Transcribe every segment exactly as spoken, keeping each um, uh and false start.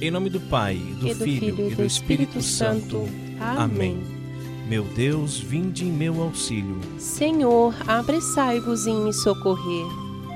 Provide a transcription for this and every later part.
Em nome do Pai, do, e do Filho, Filho e do Espírito Santo. Amém. Meu Deus, vinde em meu auxílio. Senhor, apressai-vos em me socorrer.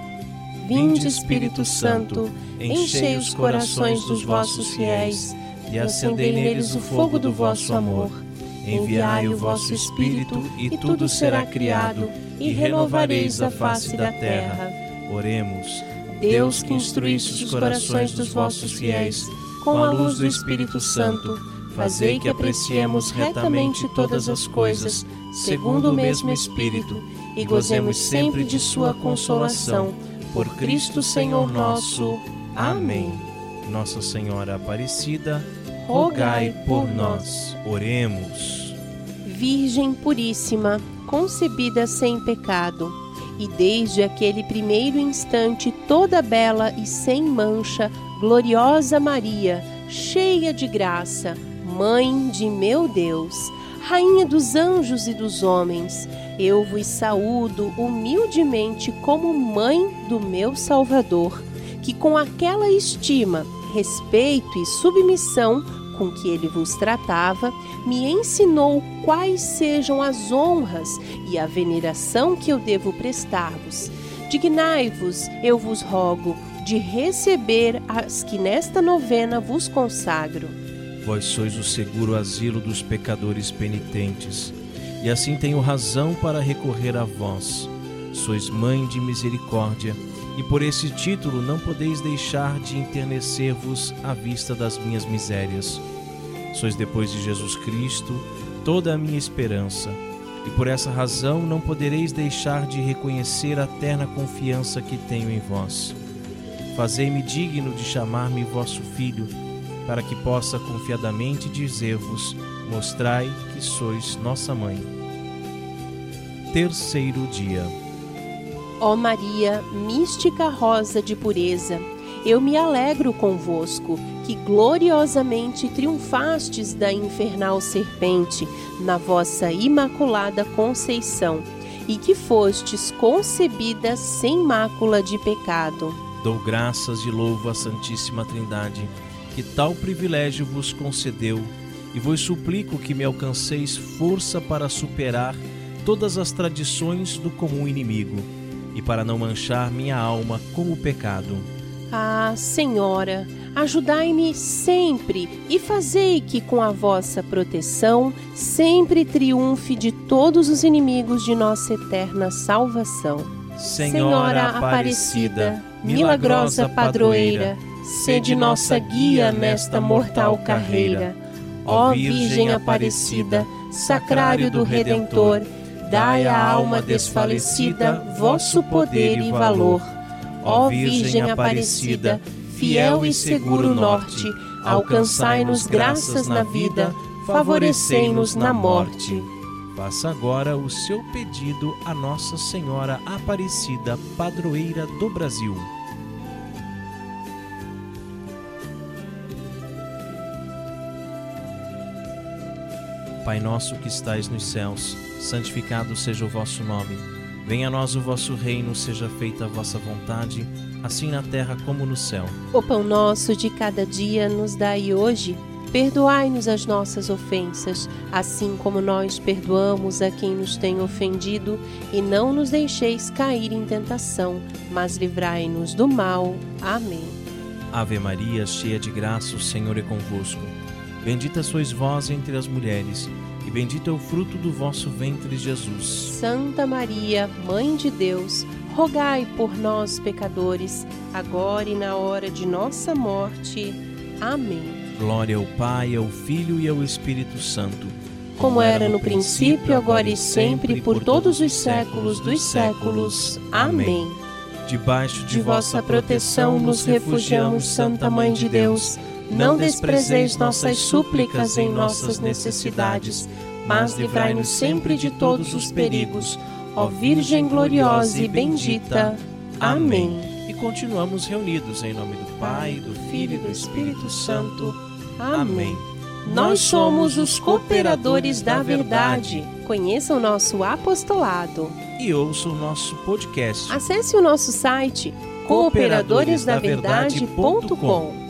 Vinde, Espírito Santo, enchei os corações dos vossos fiéis e acendei neles o fogo do vosso amor. Enviai o vosso Espírito e tudo será criado e renovareis a face da terra. Oremos. Deus, que instruísse os corações dos vossos fiéis com a luz do Espírito Santo, fazei que apreciemos retamente todas as coisas, segundo o mesmo Espírito, e gozemos sempre de sua consolação. Por Cristo Senhor nosso. Amém. Nossa Senhora Aparecida, rogai por nós. Oremos. Virgem puríssima, concebida sem pecado, e desde aquele primeiro instante toda bela e sem mancha, gloriosa Maria, cheia de graça, Mãe de meu Deus, Rainha dos anjos e dos homens, eu vos saúdo humildemente como Mãe do meu Salvador, que com aquela estima, respeito e submissão com que ele vos tratava, me ensinou quais sejam as honras e a veneração que eu devo prestar-vos. Dignai-vos, eu vos rogo, de receber as que nesta novena vos consagro. Vós sois o seguro asilo dos pecadores penitentes, e assim tenho razão para recorrer a vós. Sois Mãe de misericórdia, e por esse título não podeis deixar de enternecer-vos à vista das minhas misérias. Sois, depois de Jesus Cristo, toda a minha esperança, e por essa razão não podereis deixar de reconhecer a terna confiança que tenho em vós. Fazei-me digno de chamar-me vosso filho, para que possa confiadamente dizer-vos: mostrai que sois nossa mãe. Terceiro dia. Ó Maria, mística rosa de pureza, eu me alegro convosco, que gloriosamente triunfastes da infernal serpente na vossa imaculada conceição, e que fostes concebida sem mácula de pecado. Dou graças e louvo a Santíssima Trindade, que tal privilégio vos concedeu, e vos suplico que me alcanceis força para superar todas as tradições do comum inimigo, e para não manchar minha alma com o pecado. Ah, Senhora, ajudai-me sempre e fazei que com a vossa proteção sempre triunfe de todos os inimigos de nossa eterna salvação. Senhora Aparecida, milagrosa padroeira, sede nossa guia nesta mortal carreira. Ó Virgem Aparecida, sacrário do Redentor, dai à alma desfalecida vosso poder e valor. Ó Virgem Aparecida, fiel e seguro norte, alcançai-nos graças na vida, favorecei-nos na morte. Faça agora o seu pedido a Nossa Senhora Aparecida, padroeira do Brasil. Pai nosso que estais nos céus, santificado seja o vosso nome. Venha a nós o vosso reino, seja feita a vossa vontade, assim na terra como no céu. O pão nosso de cada dia nos dai hoje. Perdoai-nos as nossas ofensas, assim como nós perdoamos a quem nos tem ofendido, e não nos deixeis cair em tentação, mas livrai-nos do mal. Amém. Ave Maria, cheia de graça, o Senhor é convosco. Bendita sois vós entre as mulheres, e bendito é o fruto do vosso ventre, Jesus. Santa Maria, Mãe de Deus, rogai por nós, pecadores, agora e na hora de nossa morte. Amém. Glória ao Pai, ao Filho e ao Espírito Santo, como era no princípio, agora e sempre, por todos os séculos dos séculos. Amém. Debaixo de vossa proteção nos refugiamos, Santa Mãe de Deus. Não desprezeis nossas súplicas em nossas necessidades, mas livrai-nos sempre de todos os perigos. Ó Virgem gloriosa e bendita. Amém. E continuamos reunidos em nome do Pai, do Filho e do Espírito Santo. Amém. Nós somos os cooperadores da verdade. Conheça o nosso apostolado e ouça o nosso podcast. Acesse o nosso site cooperadores da verdade ponto com.